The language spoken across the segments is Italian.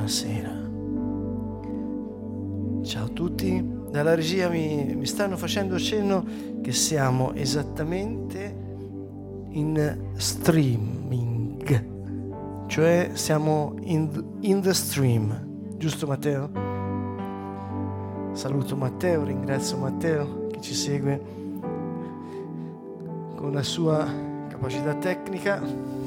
buonasera. Ciao a tutti. Dalla regia mi stanno facendo cenno che siamo esattamente in streaming, cioè siamo in the stream, giusto Matteo? Saluto Matteo, ringrazio Matteo che ci segue con la sua capacità tecnica.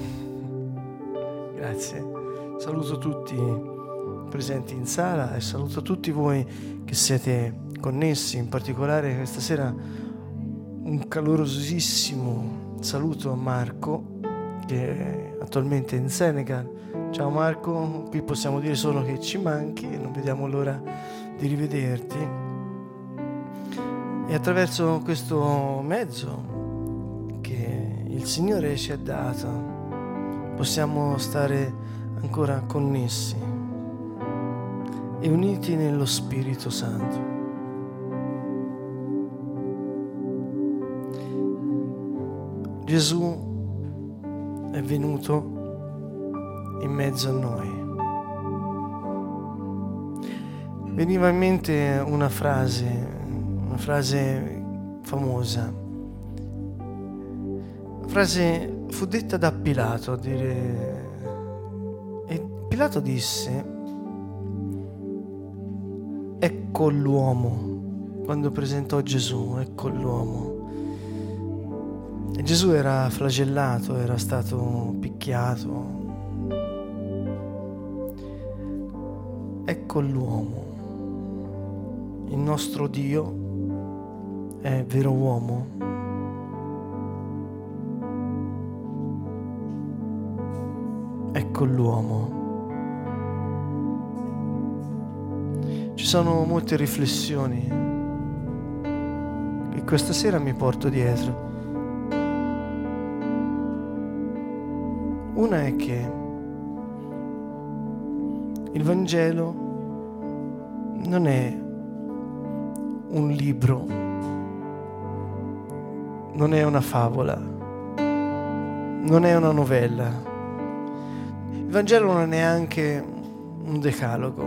Grazie. Saluto tutti presenti in sala e saluto tutti voi che siete connessi, in particolare questa sera un calorosissimo saluto a Marco che è attualmente in Senegal. Ciao Marco, qui possiamo dire solo che ci manchi e non vediamo l'ora di rivederti. E attraverso questo mezzo che il Signore ci ha dato possiamo stare ancora connessi e uniti nello Spirito Santo. Gesù è venuto in mezzo a noi. Veniva in mente una frase famosa. La frase fu detta da Pilato a dire. E Pilato disse: ecco l'uomo. Quando presentò Gesù, ecco l'uomo. E Gesù era flagellato, era stato picchiato. Ecco l'uomo. Il nostro Dio è vero uomo. Ecco l'uomo. Ci sono molte riflessioni che questa sera mi porto dietro. Una è che il Vangelo non è un libro, non è una favola, non è una novella. Il Vangelo non è neanche un decalogo.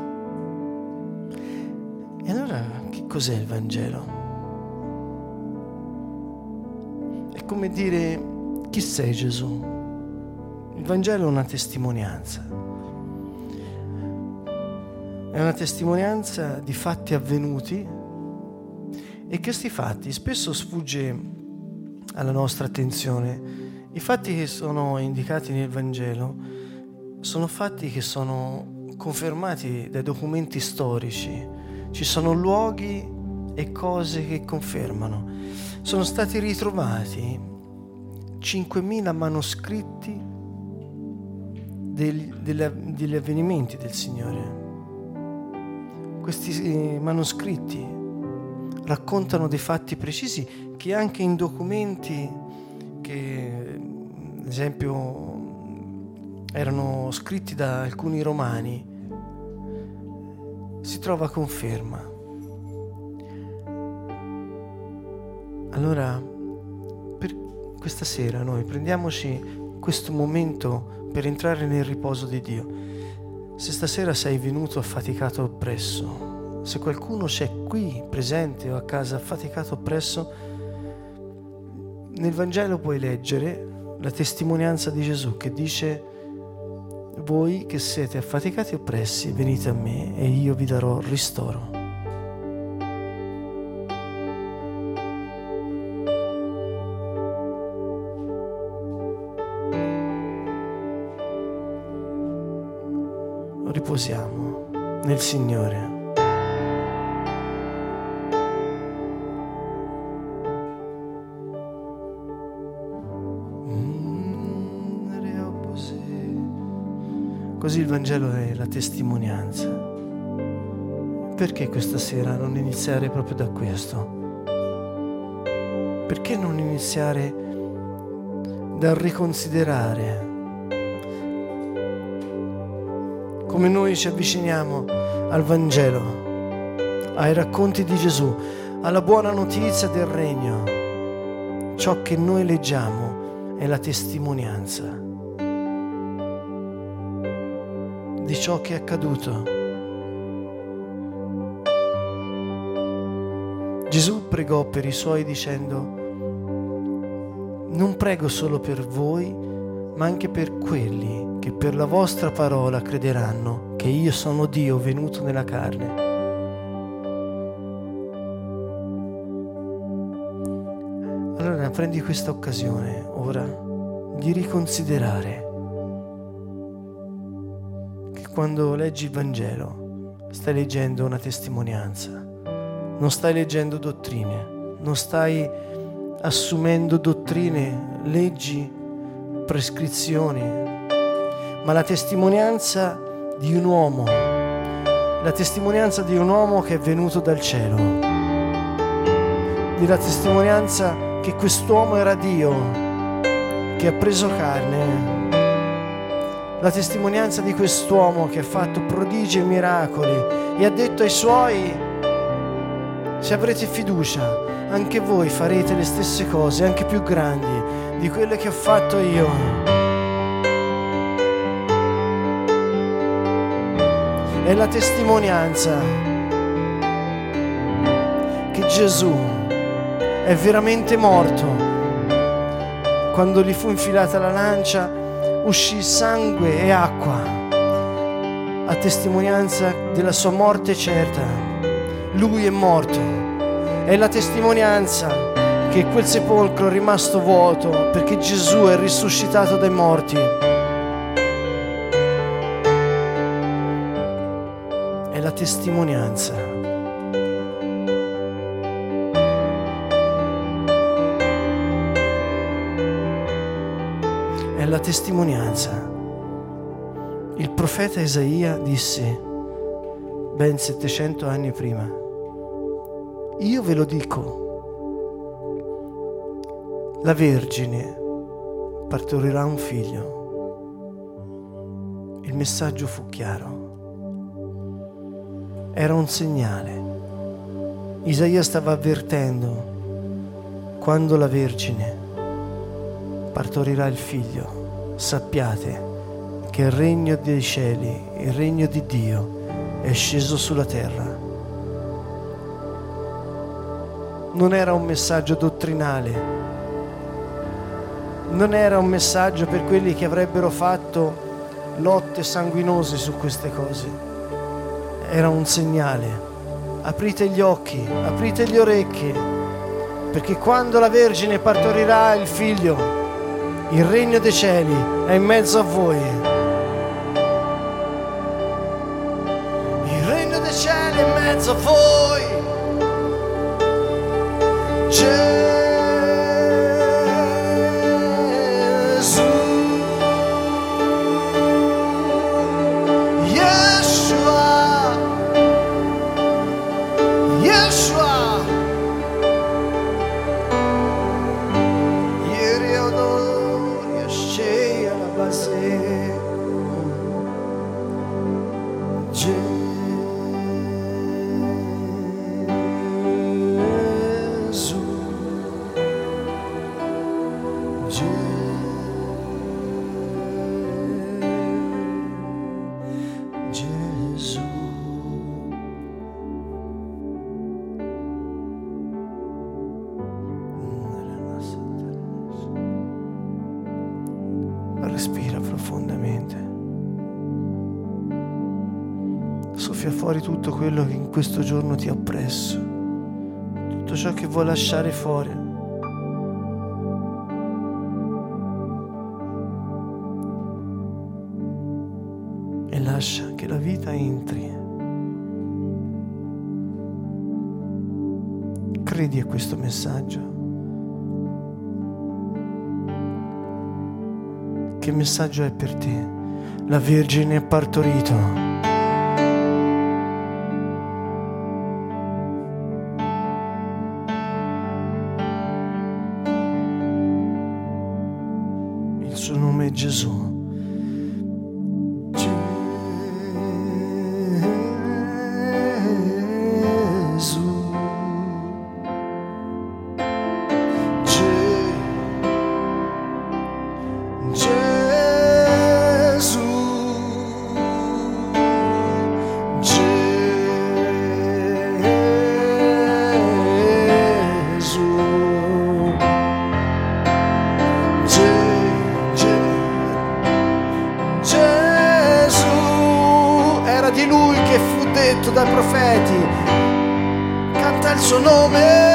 E allora che cos'è il Vangelo? È come dire: chi sei Gesù? Il Vangelo è una testimonianza. È una testimonianza di fatti avvenuti e questi fatti spesso sfugge alla nostra attenzione. I fatti che sono indicati nel Vangelo sono fatti che sono confermati dai documenti storici. Ci sono luoghi e cose che confermano. Sono stati ritrovati 5.000 manoscritti degli avvenimenti del Signore. Questi manoscritti raccontano dei fatti precisi che anche in documenti che, ad esempio, erano scritti da alcuni romani, si trova conferma. Allora, per questa sera noi prendiamoci questo momento per entrare nel riposo di Dio. Se stasera sei venuto affaticato e oppresso, se qualcuno c'è qui presente o a casa affaticato e oppresso, nel Vangelo puoi leggere la testimonianza di Gesù che dice: voi che siete affaticati e oppressi, venite a me e io vi darò ristoro. Riposiamo nel Signore. Così il Vangelo è la testimonianza. Perché questa sera non iniziare proprio da questo? Perché non iniziare dal riconsiderare come noi ci avviciniamo al Vangelo, ai racconti di Gesù, alla buona notizia del Regno. Ciò che noi leggiamo è la testimonianza di ciò che è accaduto. Gesù pregò per i suoi dicendo: non prego solo per voi, ma anche per quelli che per la vostra parola crederanno che io sono Dio venuto nella carne. Allora prendi questa occasione ora di riconsiderare che quando leggi il Vangelo stai leggendo una testimonianza, non stai leggendo dottrine, non stai assumendo dottrine, leggi, prescrizioni, ma la testimonianza di un uomo, la testimonianza di un uomo che è venuto dal cielo, di la testimonianza che quest'uomo era Dio, che ha preso carne, la testimonianza di quest'uomo che ha fatto prodigi e miracoli e ha detto ai suoi: se avrete fiducia, anche voi farete le stesse cose, anche più grandi di quelle che ho fatto io. È la testimonianza che Gesù è veramente morto. Quando gli fu infilata la lancia, uscì sangue e acqua, a testimonianza della sua morte certa. Lui è morto. È la testimonianza che quel sepolcro è rimasto vuoto perché Gesù è risuscitato dai morti. È la testimonianza. È la testimonianza. Il profeta Isaia disse ben 700 anni prima: io ve lo dico, la Vergine partorirà un figlio. Il messaggio fu chiaro. Era un segnale. Isaia stava avvertendo: quando la Vergine partorirà il figlio, sappiate che il regno dei cieli, il regno di Dio è sceso sulla terra. Non era un messaggio dottrinale, non era un messaggio per quelli che avrebbero fatto lotte sanguinose su queste cose. Era un segnale. Aprite gli occhi, aprite le orecchie, perché quando la Vergine partorirà il figlio, il regno dei cieli è in mezzo a voi. Il regno dei cieli è in mezzo a voi. Gesù, Yeshua, Yeshua. Respira profondamente. Soffia fuori tutto quello che in questo giorno ti ha oppresso, tutto ciò che vuoi lasciare fuori. E lascia che la vita entri. Credi a questo messaggio. Che messaggio è per te? La Vergine è partorito. Il suo nome è Gesù. detto dai profeti. Canta il suo nome.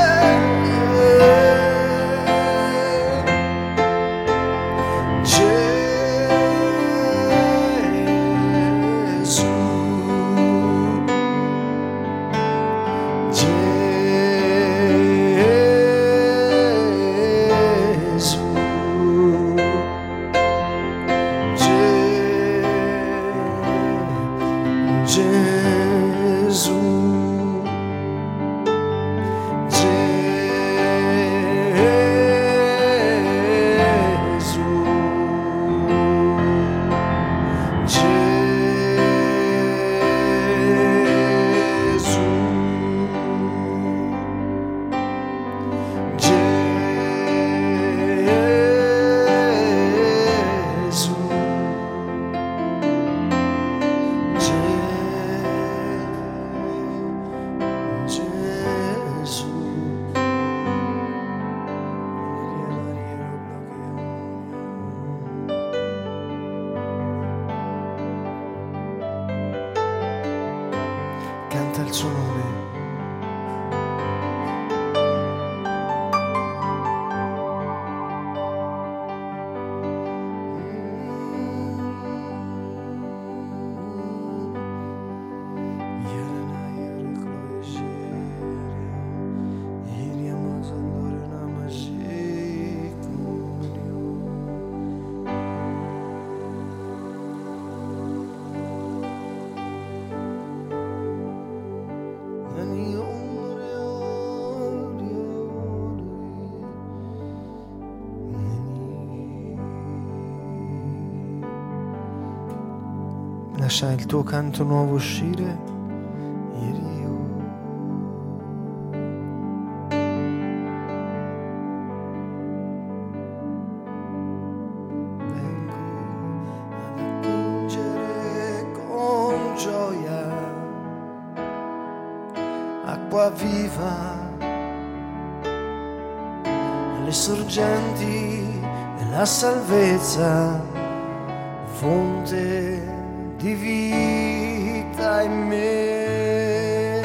Canta il suo nome. Lascia il tuo canto nuovo uscire. Vengo ad attingere con gioia acqua viva alle sorgenti della salvezza, fonte di vita in me.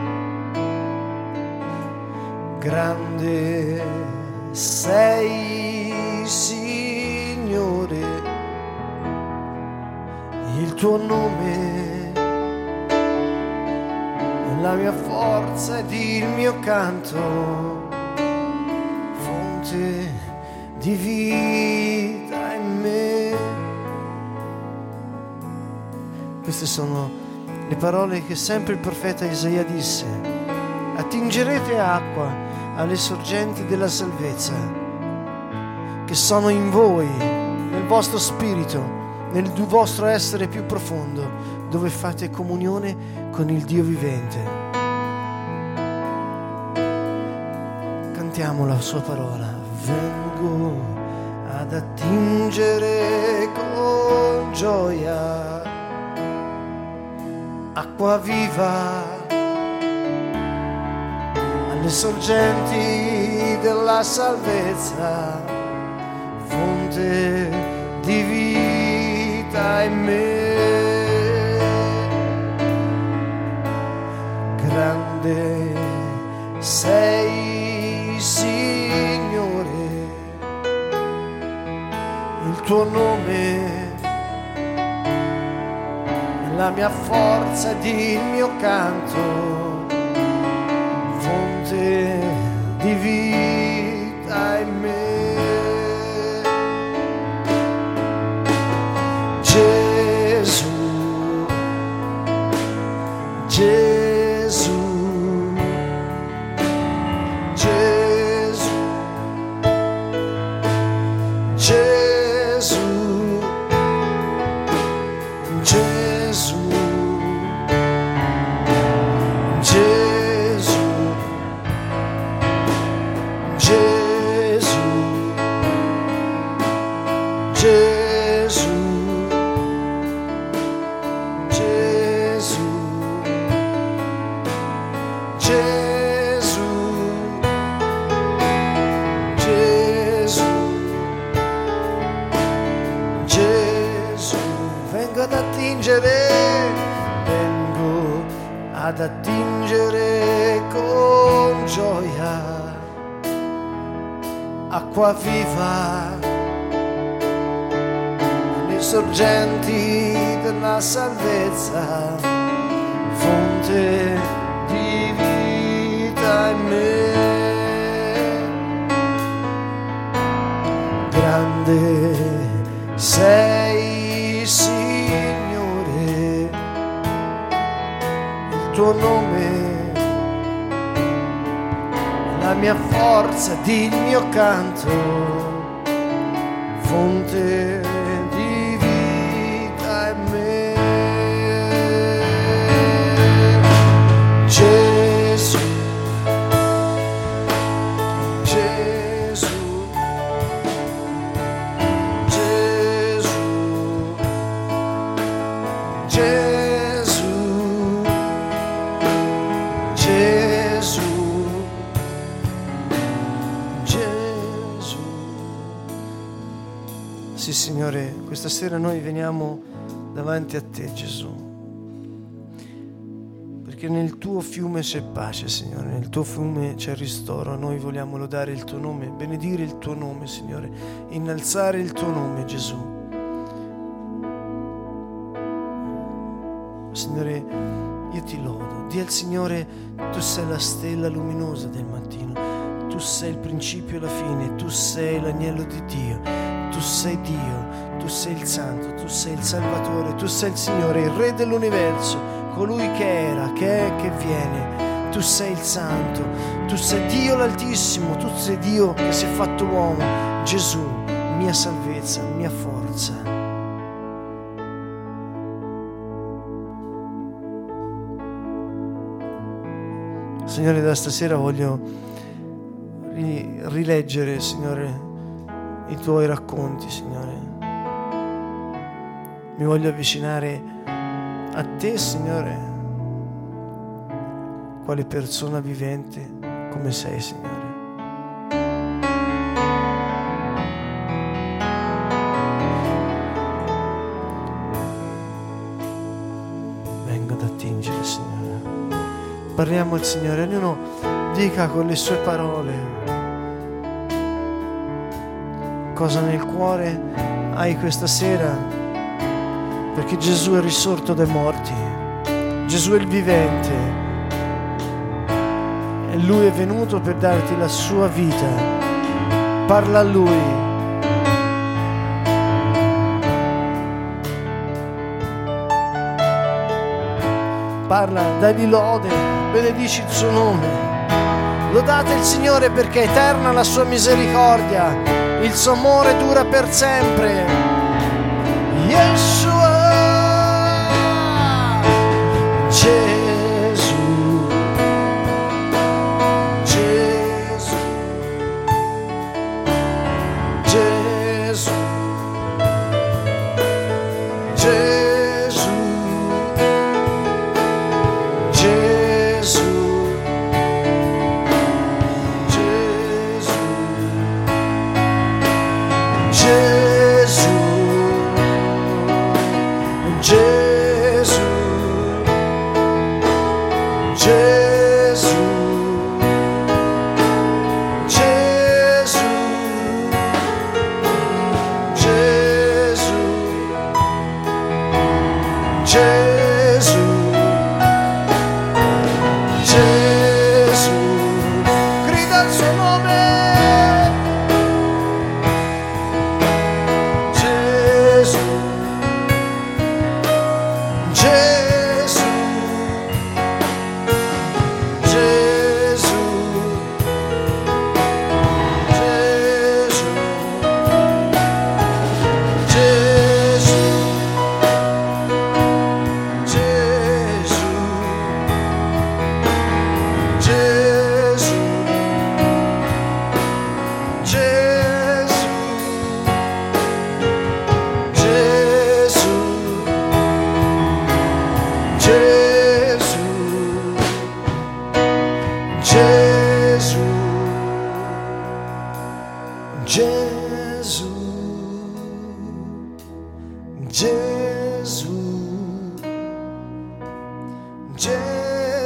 Grande sei, Signore, il tuo nome è la mia forza ed il mio canto, fonte di vita in me. Queste sono le parole che sempre il profeta Isaia disse: attingerete acqua alle sorgenti della salvezza che sono in voi, nel vostro spirito, nel vostro essere più profondo, dove fate comunione con il Dio vivente. Cantiamo la sua parola. Vengo ad attingere con gioia acqua viva alle sorgenti della salvezza, fonte di vita in me. Grande sei, Signore, il tuo nome la mia forza ed il mio canto, fonte di vita in me. Gesù, Gesù, Gesù, Gesù, Gesù, Gesù, Gesù, Gesù, Gesù, Gesù, Gesù, Gesù. Vengo ad attingere, vengo ad attingere con gioia acqua viva alle sorgenti della salvezza, fonte di vita in me. Grande sei, Signore, il tuo nome, la mia forza ed il mio canto, fonte di vita in me. Gesù, Gesù, Gesù, Gesù, Gesù. Sì, Signore, questa sera noi veniamo davanti a te, Gesù, perché nel tuo fiume c'è pace, Signore, nel tuo fiume c'è ristoro. Noi vogliamo lodare il tuo nome, benedire il tuo nome, Signore, innalzare il tuo nome, Gesù. Signore, io ti lodo. Dì al Signore: tu sei la stella luminosa del mattino, tu sei il principio e la fine, tu sei l'agnello di Dio, tu sei Dio, tu sei il Santo, tu sei il Salvatore, tu sei il Signore, il Re dell'universo, colui che era, che è, che viene. Tu sei il Santo, tu sei Dio l'Altissimo, tu sei Dio che si è fatto uomo. Gesù, mia salvezza, mia forza. Signore, da stasera voglio rileggere, Signore, i tuoi racconti, Signore. Mi voglio avvicinare a te, Signore, quale persona vivente come sei, Signore. Vengo ad attingere, Signore. Parliamo al Signore, ognuno dica con le sue parole cosa nel cuore hai questa sera, perché Gesù è risorto dai morti, Gesù è il vivente e Lui è venuto per darti la sua vita. Parla a Lui. Parla, dagli lode, benedici il suo nome. Lodate il Signore perché è eterna la sua misericordia, il suo amore dura per sempre. Yeshua, Gesù, Gesù, Gesù, Gesù, Gesù, Gesù, Gesù,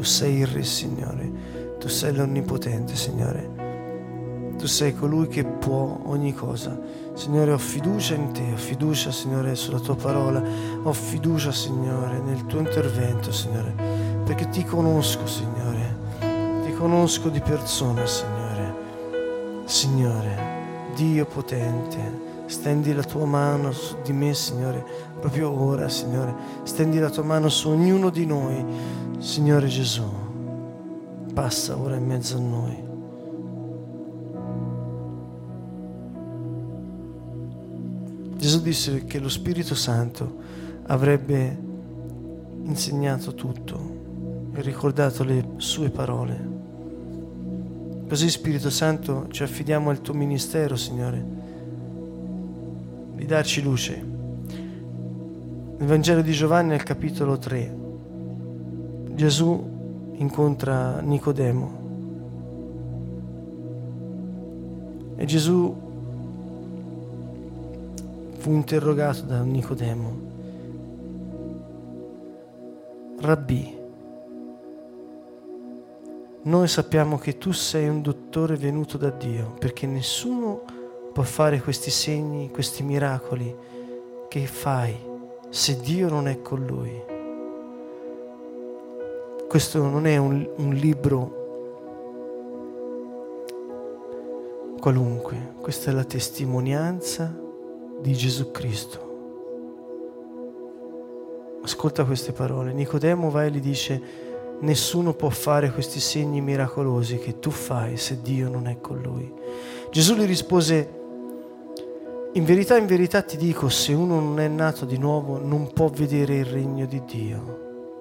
Tu sei il Re, Signore. Tu sei l'Onnipotente, Signore. Tu sei colui che può ogni cosa. Signore, ho fiducia in Te, ho fiducia, Signore, sulla Tua parola, ho fiducia, Signore, nel Tuo intervento, Signore, perché Ti conosco, Signore, Ti conosco di persona, Signore. Signore, Dio potente, stendi la Tua mano su di me, Signore, proprio ora, Signore, stendi la Tua mano su ognuno di noi, Signore Gesù, passa ora in mezzo a noi. Gesù disse che lo Spirito Santo avrebbe insegnato tutto e ricordato le sue parole. Così, Spirito Santo, ci affidiamo al Tuo ministero, Signore, di darci luce. Nel Vangelo di Giovanni, al capitolo 3, Gesù incontra Nicodemo e Gesù fu interrogato da Nicodemo: Rabbì, noi sappiamo che tu sei un dottore venuto da Dio, perché nessuno può fare questi segni, questi miracoli che fai se Dio non è con lui. Questo non è un libro qualunque, questa è la testimonianza di Gesù Cristo. Ascolta queste parole. Nicodemo va e gli dice: nessuno può fare questi segni miracolosi che tu fai se Dio non è con lui. Gesù gli rispose: in verità ti dico, se uno non è nato di nuovo non può vedere il regno di Dio.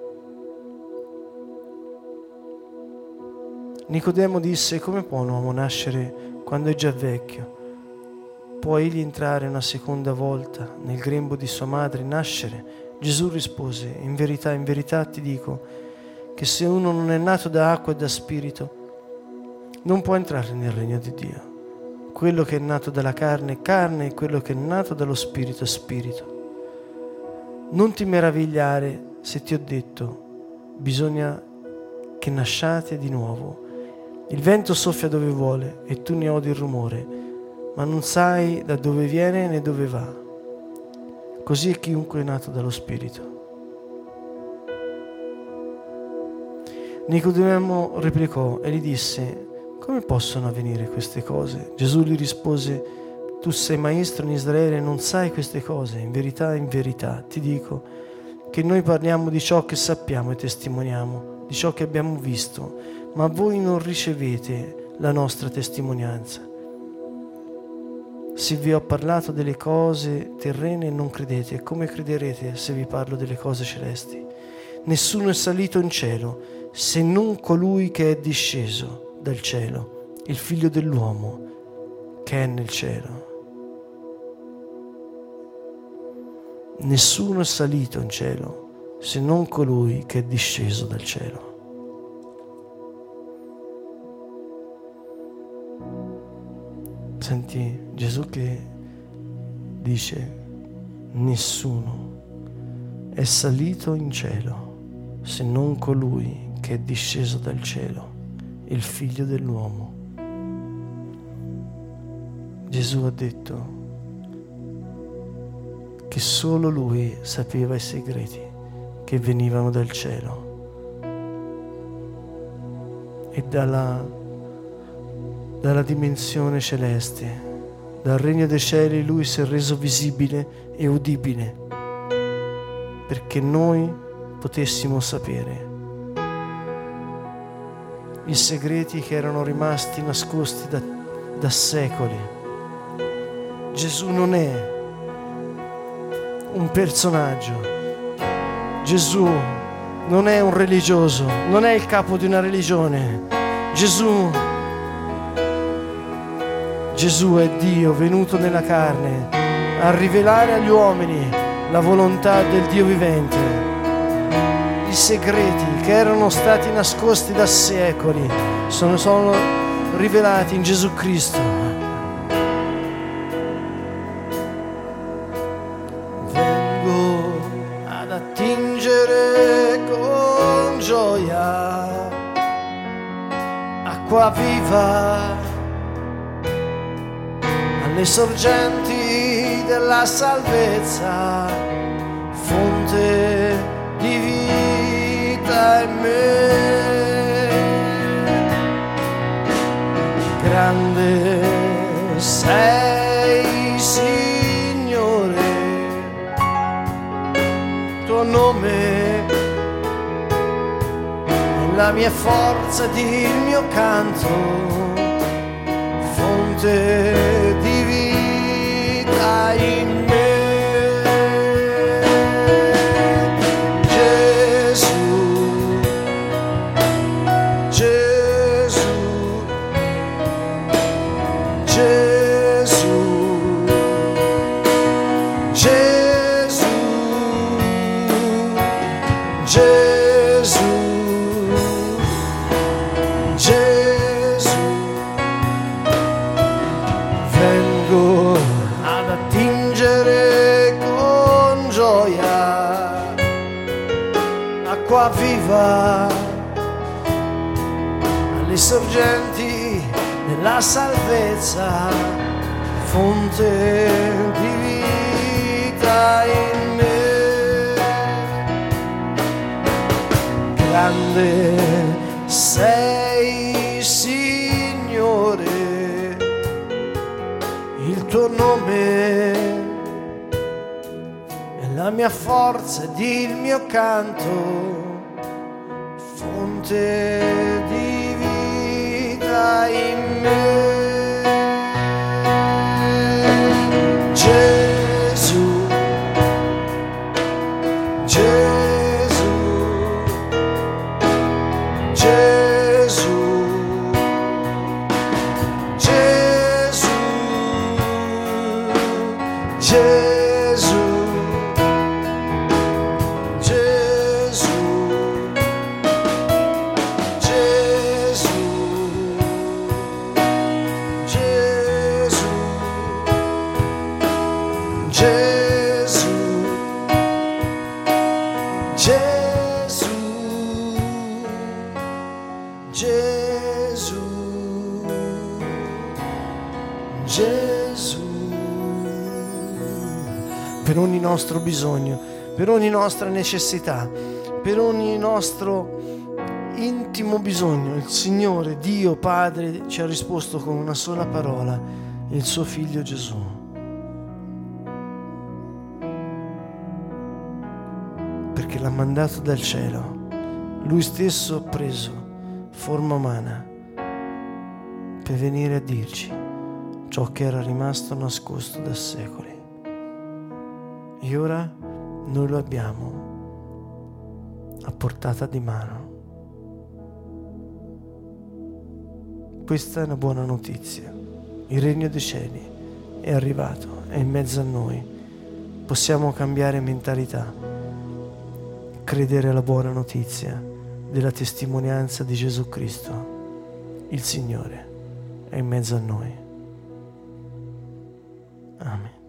Nicodemo disse: come può un uomo nascere quando è già vecchio? Può egli entrare una seconda volta nel grembo di sua madre e nascere? Gesù rispose: in verità ti dico che se uno non è nato da acqua e da spirito non può entrare nel regno di Dio. Quello che è nato dalla carne è carne, e quello che è nato dallo spirito è spirito. Non ti meravigliare se ti ho detto: bisogna che nasciate di nuovo. Il vento soffia dove vuole e tu ne odi il rumore, ma non sai da dove viene né dove va. Così è chiunque è nato dallo Spirito. Nicodemo replicò e gli disse: come possono avvenire queste cose? Gesù gli rispose: tu sei maestro in Israele e non sai queste cose. In verità ti dico che noi parliamo di ciò che sappiamo e testimoniamo di ciò che abbiamo visto, ma voi non ricevete la nostra testimonianza. Se vi ho parlato delle cose terrene non credete, come crederete se vi parlo delle cose celesti? Nessuno è salito in cielo se non colui che è disceso dal cielo, il Figlio dell'uomo che è nel cielo. Nessuno è salito in cielo se non colui che è disceso dal cielo. Senti Gesù che dice: nessuno è salito in cielo se non colui che è disceso dal cielo, il Figlio dell'uomo. Gesù ha detto che solo lui sapeva i segreti che venivano dal cielo e dalla dimensione celeste, dal regno dei cieli. Lui si è reso visibile e udibile perché noi potessimo sapere i segreti che erano rimasti nascosti da secoli. Gesù non è un personaggio, Gesù non è un religioso, non è il capo di una religione. Gesù è Dio venuto nella carne a rivelare agli uomini la volontà del Dio vivente. I segreti che erano stati nascosti da secoli sono rivelati in Gesù Cristo. Vengo ad attingere con gioia viva alle sorgenti della salvezza, fonte di vita in me. Grande sei, Signore, tuo nome è la mia forza ed il mio canto, fonte di vita in me. Acqua viva alle sorgenti della salvezza, fonte di vita in me. Grande sei, Signore, il tuo nome la mia forza ed il mio canto, fonte di vita in me. Gesù, Gesù, Gesù, Gesù, Gesù. Gesù, per ogni nostro bisogno, per ogni nostra necessità, per ogni nostro intimo bisogno, il Signore, Dio Padre, ci ha risposto con una sola parola, il suo Figlio Gesù. Perché l'ha mandato dal cielo, Lui stesso ha preso forma umana per venire a dirci ciò che era rimasto nascosto da secoli. E ora noi lo abbiamo a portata di mano. Questa è una buona notizia. Il regno dei cieli è arrivato, è in mezzo a noi. Possiamo cambiare mentalità, credere alla buona notizia della testimonianza di Gesù Cristo. Il Signore è in mezzo a noi. Amen.